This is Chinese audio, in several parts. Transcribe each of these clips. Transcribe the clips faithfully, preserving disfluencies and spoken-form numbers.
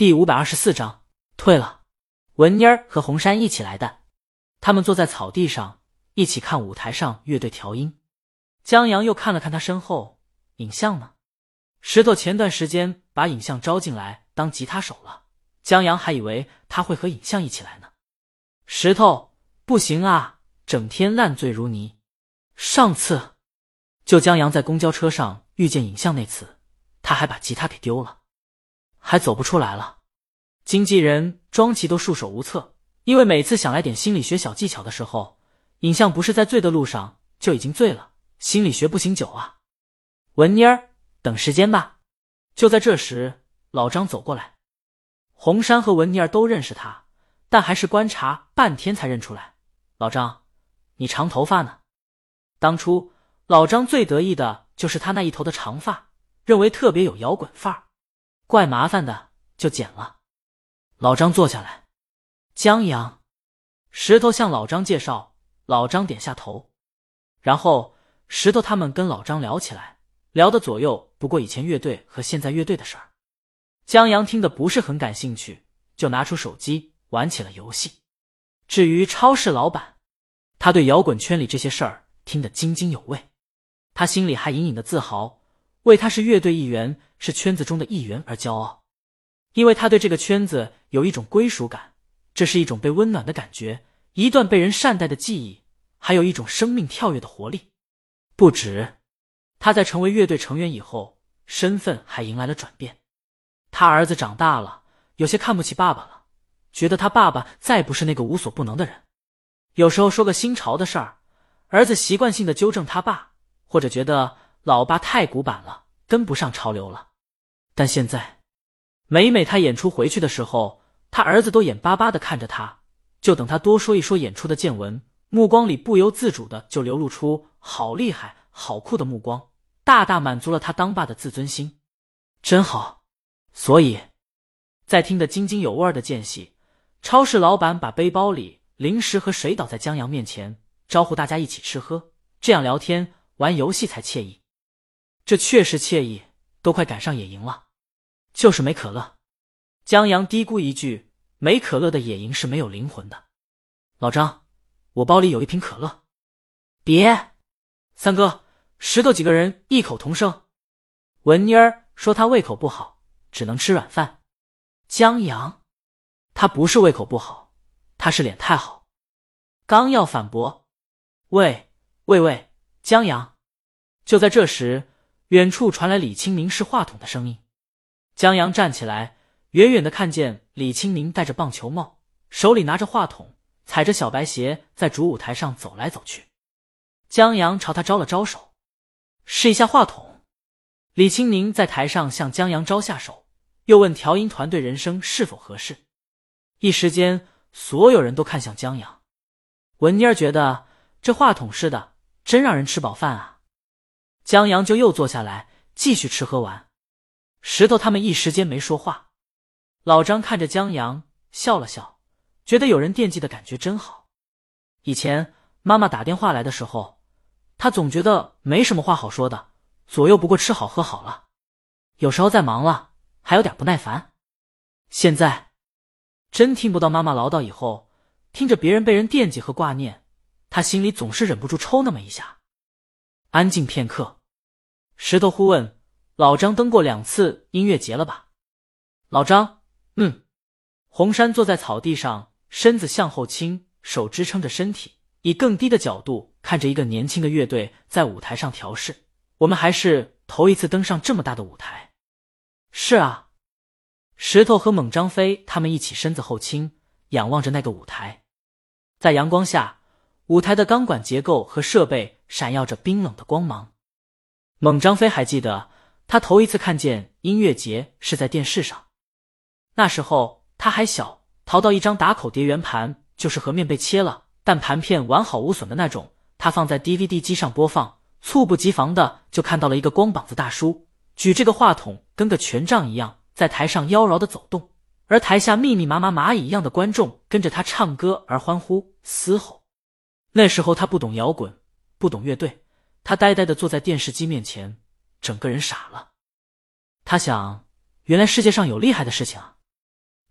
第五百二十四章退了。文妮儿和红山一起来的，他们坐在草地上一起看舞台上乐队调音。江阳又看了看他身后，影像呢？石头前段时间把影像招进来当吉他手了，江阳还以为他会和影像一起来呢。石头，不行啊，整天烂醉如泥。上次就江阳在公交车上遇见影像那次，他还把吉他给丢了，还走不出来了。经纪人庄琪都束手无策，因为每次想来点心理学小技巧的时候，影像不是在醉的路上就已经醉了，心理学不行久啊。文妮儿，等时间吧。就在这时，老张走过来。红山和文妮儿都认识他，但还是观察半天才认出来。老张，你长头发呢？当初老张最得意的就是他那一头的长发，认为特别有摇滚范儿，怪麻烦的就剪了。老张坐下来。江阳。石头向老张介绍，老张点下头。然后石头他们跟老张聊起来，聊得左右不过以前乐队和现在乐队的事儿。江阳听得不是很感兴趣，就拿出手机玩起了游戏。至于超市老板，他对摇滚圈里这些事儿听得津津有味，他心里还隐隐的自豪，为他是乐队一员，是圈子中的一员而骄傲。因为他对这个圈子有一种归属感，这是一种被温暖的感觉，一段被人善待的记忆，还有一种生命跳跃的活力。不止，他在成为乐队成员以后，身份还迎来了转变。他儿子长大了，有些看不起爸爸了，觉得他爸爸再不是那个无所不能的人。有时候说个新潮的事儿，儿子习惯性的纠正他爸，或者觉得老爸太古板了，跟不上潮流了。但现在每每他演出回去的时候，他儿子都眼巴巴地看着他，就等他多说一说演出的见闻，目光里不由自主的就流露出好厉害好酷的目光，大大满足了他当爸的自尊心。真好。所以在听得津津有味的间隙，超市老板把背包里零食和水倒在江阳面前，招呼大家一起吃喝，这样聊天玩游戏才惬意。这确实惬意，都快赶上野营了，就是没可乐。江阳嘀咕一句，没可乐的野营是没有灵魂的。老张，我包里有一瓶可乐。别！三哥、石头几个人异口同声。文妮儿说她胃口不好，只能吃软饭。江阳，他不是胃口不好，他是脸太好。刚要反驳，喂喂喂，江阳！就在这时，远处传来李清明是话筒的声音。江阳站起来，远远的看见李清明戴着棒球帽，手里拿着话筒，踩着小白鞋在主舞台上走来走去。江阳朝他招了招手，试一下话筒。李清明在台上向江阳招下手，又问调音团队人声是否合适。一时间所有人都看向江阳。文妮儿觉得这话筒似的真让人吃饱饭啊。江阳就又坐下来继续吃喝玩。石头他们一时间没说话。老张看着江阳笑了笑，觉得有人惦记的感觉真好。以前妈妈打电话来的时候，他总觉得没什么话好说的，左右不过吃好喝好了，有时候再忙了还有点不耐烦。现在真听不到妈妈唠叨，以后听着别人被人惦记和挂念，他心里总是忍不住抽那么一下。安静片刻，石头忽问，老张登过两次音乐节了吧？老张，嗯。红山坐在草地上，身子向后倾，手支撑着身体，以更低的角度看着一个年轻的乐队在舞台上调试。我们还是头一次登上这么大的舞台。是啊。石头和猛张飞他们一起身子后倾，仰望着那个舞台。在阳光下，舞台的钢管结构和设备闪耀着冰冷的光芒。猛张飞还记得，他头一次看见音乐节是在电视上。那时候他还小，淘到一张打口碟圆盘，就是和面被切了，但盘片完好无损的那种，他放在 D V D 机上播放，猝不及防的就看到了一个光膀子大叔，举这个话筒跟个权杖一样，在台上妖娆的走动，而台下密密麻麻蚂蚁一样的观众跟着他唱歌而欢呼嘶吼。那时候他不懂摇滚，不懂乐队，他呆呆地坐在电视机面前，整个人傻了。他想，原来世界上有厉害的事情啊。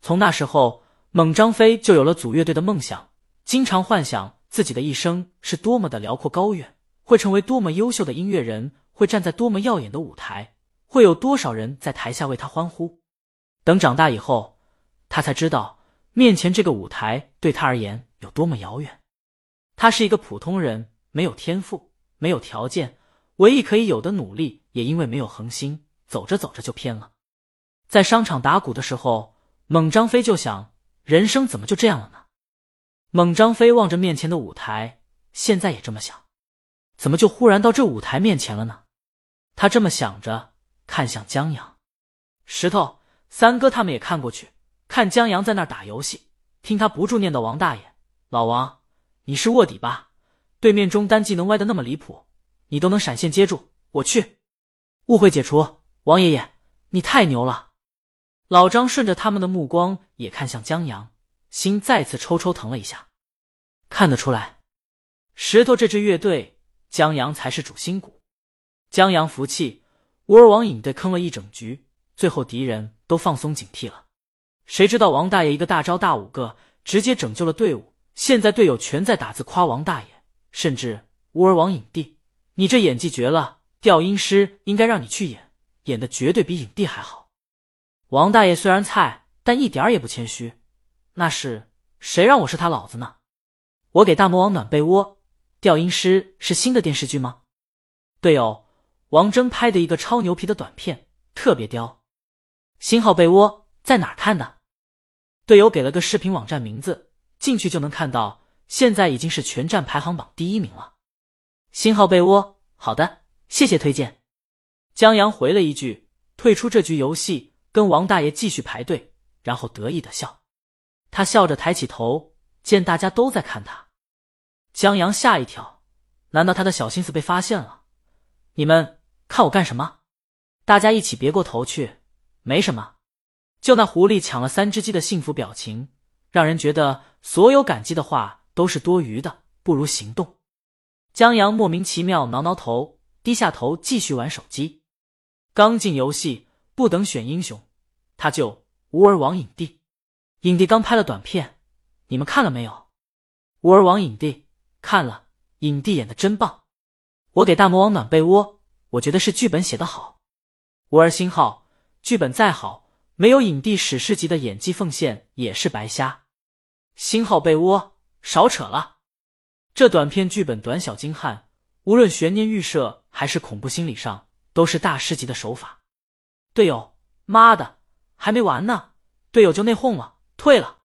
从那时候，猛张飞就有了组乐队的梦想，经常幻想自己的一生是多么的辽阔高远，会成为多么优秀的音乐人，会站在多么耀眼的舞台，会有多少人在台下为他欢呼。等长大以后，他才知道面前这个舞台对他而言有多么遥远。他是一个普通人，没有天赋，没有条件，唯一可以有的努力也因为没有恒心，走着走着就偏了。在商场打鼓的时候，猛张飞就想，人生怎么就这样了呢？猛张飞望着面前的舞台，现在也这么想，怎么就忽然到这舞台面前了呢？他这么想着，看向江阳。石头、三哥他们也看过去，看江阳在那儿打游戏，听他不住念叨王大爷：“老王，你是卧底吧？对面中单技能歪得那么离谱，你都能闪现接住，我去！”误会解除，王爷爷，你太牛了！老张顺着他们的目光也看向江阳，心再次抽抽疼了一下。看得出来，石头这支乐队，江阳才是主心骨。江阳服气，吴儿王引队坑了一整局，最后敌人都放松警惕了。谁知道王大爷一个大招大五个，直接拯救了队伍。现在队友全在打字夸王大爷，甚至吴儿王影帝，你这演技绝了，调音师应该让你去演，演的绝对比影帝还好。王大爷虽然菜，但一点也不谦虚。那是谁让我是他老子呢？我给大魔王暖被窝，调音师是新的电视剧吗？队友王峥拍的一个超牛皮的短片，特别刁。星号被窝在哪儿看的？队友给了个视频网站名字，进去就能看到，现在已经是全站排行榜第一名了。星号被窝，好的，谢谢推荐。江阳回了一句，退出这局游戏，跟王大爷继续排队，然后得意的笑。他笑着抬起头，见大家都在看他。江阳吓一跳，难道他的小心思被发现了？你们看我干什么？大家一起别过头去，没什么。就那狐狸抢了三只鸡的幸福表情，让人觉得所有感激的话都是多余的，不如行动。江阳莫名其妙挠挠头，低下头继续玩手机。刚进游戏，不等选英雄，他就吴儿王影帝。影帝刚拍了短片，你们看了没有？吴儿王影帝看了，影帝演得真棒。我给大魔王暖被窝，我觉得是剧本写得好。吴儿星号，剧本再好，没有影帝史诗级的演技奉献也是白瞎。星号被窝，少扯了。这短片剧本短小精悍，无论悬念预设还是恐怖心理上，都是大师级的手法。队友，妈的，还没完呢，队友就内讧了，退了。